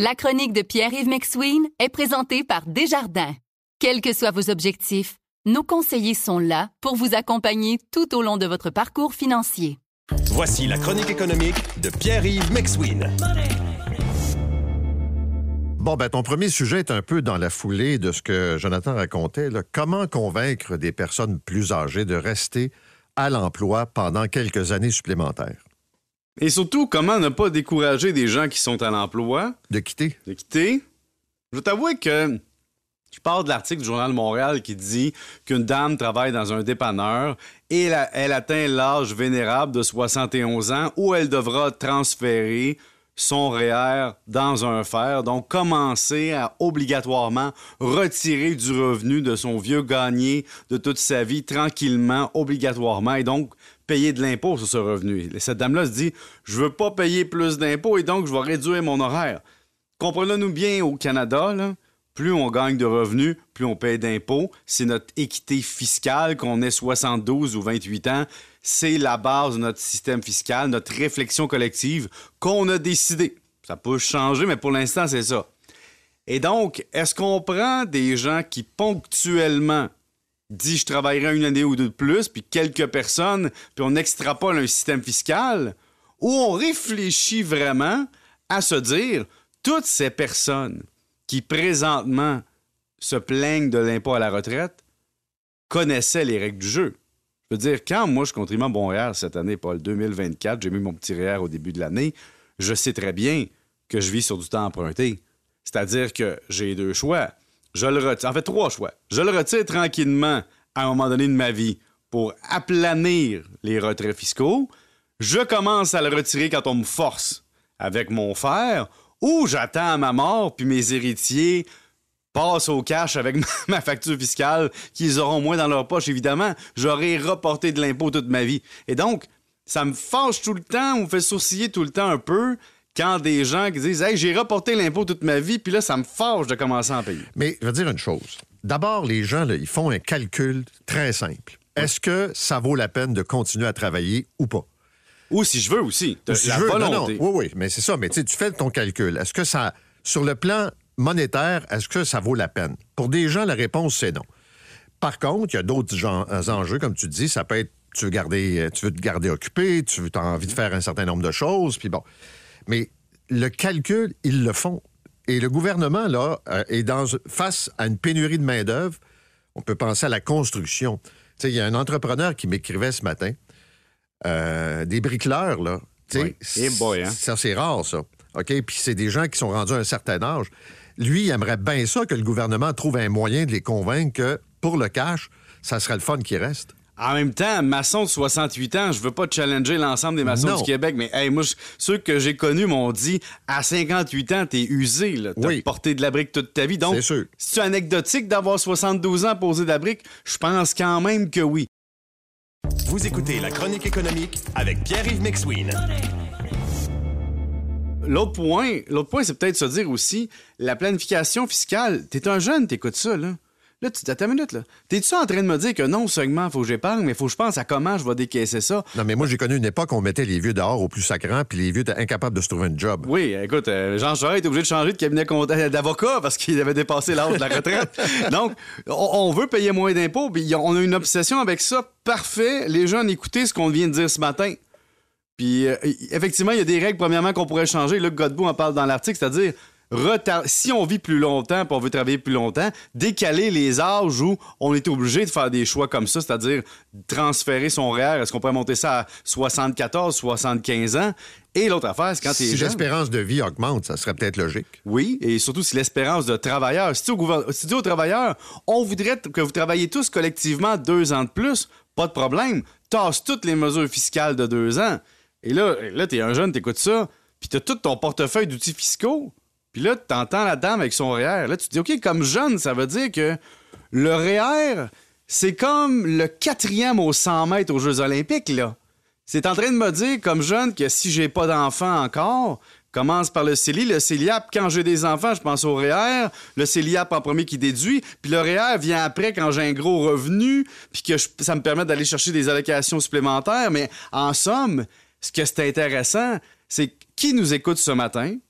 La chronique de Pierre-Yves McSween est présentée par Desjardins. Quels que soient vos objectifs, nos conseillers sont là pour vous accompagner tout au long de votre parcours financier. Voici la chronique économique de Pierre-Yves McSween. Bon, ton premier sujet est un peu dans la foulée de ce que Jonathan racontait. Là. Comment convaincre des personnes plus âgées de rester à l'emploi pendant quelques années supplémentaires? Et surtout, comment ne pas décourager des gens qui sont à l'emploi? De quitter. Je vais t'avouer que je pars de l'article du Journal de Montréal qui dit qu'une dame travaille dans un dépanneur et elle atteint l'âge vénérable de 71 ans où elle devra transférer son REER dans un fer, donc commencer à obligatoirement retirer du revenu de son vieux gagné de toute sa vie tranquillement, obligatoirement, et donc payer de l'impôt sur ce revenu. Et cette dame-là se dit « Je veux pas payer plus d'impôts et donc je vais réduire mon horaire ». Comprenons-nous bien, au Canada, là, plus on gagne de revenus, plus on paye d'impôts. C'est notre équité fiscale, qu'on ait 72 ou 28 ans. C'est la base de notre système fiscal, notre réflexion collective qu'on a décidé. Ça peut changer, mais pour l'instant, c'est ça. Et donc, est-ce qu'on prend des gens qui ponctuellement disent « je travaillerai une année ou deux de plus », puis quelques personnes, puis on extrapole un système fiscal, ou on réfléchit vraiment à se dire « toutes ces personnes qui présentement se plaignent de l'impôt à la retraite connaissaient les règles du jeu ». Je veux dire, quand moi je contribue à mon REER cette année, Paul, 2024, j'ai mis mon petit REER au début de l'année, je sais très bien que je vis sur du temps emprunté. C'est-à-dire que j'ai deux choix. Je le retire, en fait, trois choix. Je le retire tranquillement à un moment donné de ma vie pour aplanir les retraits fiscaux. Je commence à le retirer quand on me force avec mon fer, ou j'attends à ma mort puis mes héritiers passent au cash avec ma facture fiscale qu'ils auront moins dans leur poche, évidemment. J'aurai reporté de l'impôt toute ma vie. Et donc, ça me fâche tout le temps, on me fait sourciller tout le temps un peu quand des gens qui disent « Hey, j'ai reporté l'impôt toute ma vie, puis là, ça me fâche de commencer à en payer. » Mais je veux dire une chose. D'abord, les gens, là, ils font un calcul très simple. Oui. Est-ce que ça vaut la peine de continuer à travailler ou pas? Ou si je veux aussi. Si la volonté. Non. Oui, mais c'est ça. Mais tu fais ton calcul. Est-ce que ça, sur le plan monétaire, est-ce que ça vaut la peine? Pour des gens, la réponse, c'est non. Par contre, il y a d'autres enjeux, comme tu dis. Ça peut être, tu veux te garder occupé, tu as envie de faire un certain nombre de choses, puis bon. Mais le calcul, ils le font. Et le gouvernement, là, est face à une pénurie de main-d'œuvre. On peut penser à la construction. Tu sais, il y a un entrepreneur qui m'écrivait ce matin, des bricoleurs, là. Oui. Ça, c'est rare, ça. OK? Puis c'est des gens qui sont rendus à un certain âge. Lui, il aimerait bien ça que le gouvernement trouve un moyen de les convaincre que, pour le cash, ça serait le fun qui reste. En même temps, maçon de 68 ans, je veux pas challenger l'ensemble des maçons du Québec, mais hey, moi, ceux que j'ai connus m'ont dit à 58 ans, t'es usé, là, t'as porté de la brique toute ta vie. Donc, c'est anecdotique d'avoir 72 ans à poser de la brique? Je pense quand même que oui. Vous écoutez la chronique économique avec Pierre-Yves McSween. L'autre point, c'est peut-être se dire aussi, la planification fiscale. T'es un jeune, t'écoutes ça, là. Là, attends une minute, là. T'es-tu en train de me dire que non seulement il faut que j'épargne, mais il faut que je pense à comment je vais décaisser ça? Non, mais moi, j'ai connu une époque où on mettait les vieux dehors au plus sacrant, puis les vieux étaient incapables de se trouver un job. Oui, écoute, Jean Charest était obligé de changer de cabinet d'avocat parce qu'il avait dépassé l'âge de la retraite. Donc, on veut payer moins d'impôts, puis on a une obsession avec ça. Parfait. Les gens, écoutez ce qu'on vient de dire ce matin. Puis, effectivement, il y a des règles, premièrement, qu'on pourrait changer. Luc Godbout en parle dans l'article, c'est-à-dire si on vit plus longtemps et on veut travailler plus longtemps, décaler les âges où on est obligé de faire des choix comme ça, c'est-à-dire transférer son REER. Est-ce qu'on pourrait monter ça à 74, 75 ans? Et l'autre affaire, c'est quand t'es jeune. Si l'espérance de vie augmente, ça serait peut-être logique. Oui, et surtout si l'espérance de travailleur. Si tu dis aux travailleurs, on voudrait que vous travailliez tous collectivement 2 ans de plus, pas de problème. Tasse toutes les mesures fiscales de 2 ans. Et là t'es un jeune, t'écoutes ça, puis t'as tout ton portefeuille d'outils fiscaux. Puis là, t'entends la dame avec son REER. Là, tu te dis, OK, comme jeune, ça veut dire que le REER, c'est comme le 4e aux 100 mètres aux Jeux olympiques, là. C'est en train de me dire, comme jeune, que si j'ai pas d'enfant encore, commence par le CELI. Le CELIAP, quand j'ai des enfants, je pense au REER. Le CELIAP en premier qui déduit. Puis le REER vient après quand j'ai un gros revenu, puis que ça me permet d'aller chercher des allocations supplémentaires. Mais en somme, ce que c'est intéressant, c'est qui nous écoute ce matin,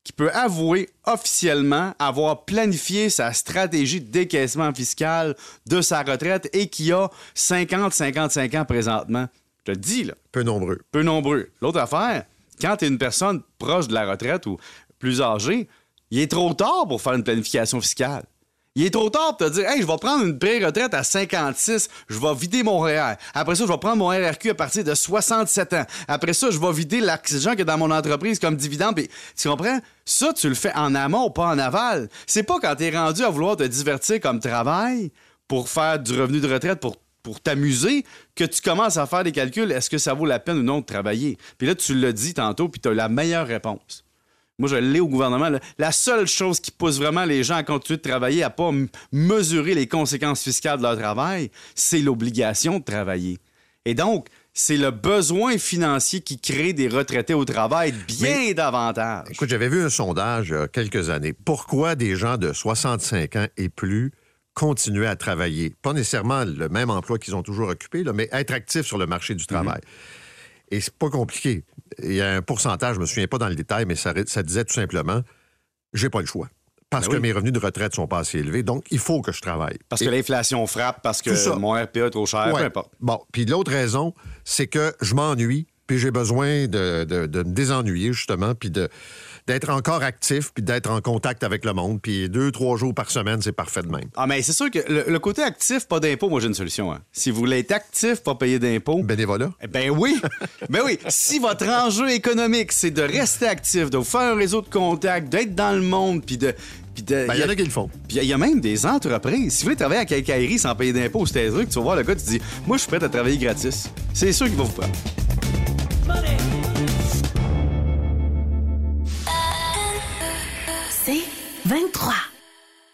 qui peut avouer officiellement avoir planifié sa stratégie de décaissement fiscal de sa retraite et qui a 50-55 ans présentement. Je te le dis, là. Peu nombreux. Peu nombreux. L'autre affaire, quand tu es une personne proche de la retraite ou plus âgée, il est trop tard pour faire une planification fiscale. Il est trop tard pour te dire « Hey, je vais prendre une pré-retraite à 56, je vais vider mon REER. Après ça, je vais prendre mon RRQ à partir de 67 ans. Après ça, je vais vider l'argent qu'il y a dans mon entreprise comme dividende. » Puis, tu comprends? Ça, tu le fais en amont, pas en aval. C'est pas quand tu es rendu à vouloir te divertir comme travail pour faire du revenu de retraite pour t'amuser que tu commences à faire des calculs. Est-ce que ça vaut la peine ou non de travailler? Puis là, tu l'as dit tantôt, puis tu as la meilleure réponse. Moi, je l'ai au gouvernement. Là. La seule chose qui pousse vraiment les gens à continuer de travailler, à pas mesurer les conséquences fiscales de leur travail, c'est l'obligation de travailler. Et donc, c'est le besoin financier qui crée des retraités au travail bien davantage. Écoute, j'avais vu un sondage il y a quelques années. Pourquoi des gens de 65 ans et plus continuaient à travailler? Pas nécessairement le même emploi qu'ils ont toujours occupé, là, mais être actifs sur le marché du travail. Et c'est pas compliqué. Il y a un pourcentage, je me souviens pas dans le détail, mais ça disait tout simplement, j'ai pas le choix. Parce que mes revenus de retraite sont pas assez élevés, donc il faut que je travaille. Parce que l'inflation frappe, parce que mon RPA est trop cher, peu importe. Bon, puis l'autre raison, c'est que je m'ennuie, puis j'ai besoin de me désennuyer, justement, puis d'être encore actif, puis d'être en contact avec le monde, puis 2-3 jours par semaine, c'est parfait de même. Ah, mais c'est sûr que le côté actif, pas d'impôt, moi, j'ai une solution. Hein. Si vous voulez être actif, pas payer d'impôt... Bénévolat? Ben oui! Ben oui! Si votre enjeu économique, c'est de rester actif, de vous faire un réseau de contacts, d'être dans le monde, puis de... Ben, il y en a qui le font. Puis il y a même des entreprises. Si vous voulez travailler à Quincaillerie sans payer d'impôt, c'est un truc, tu vas voir le gars, tu dis, moi, je suis prêt à travailler gratis. C'est sûr qu'il va vous prendre. C'est 23.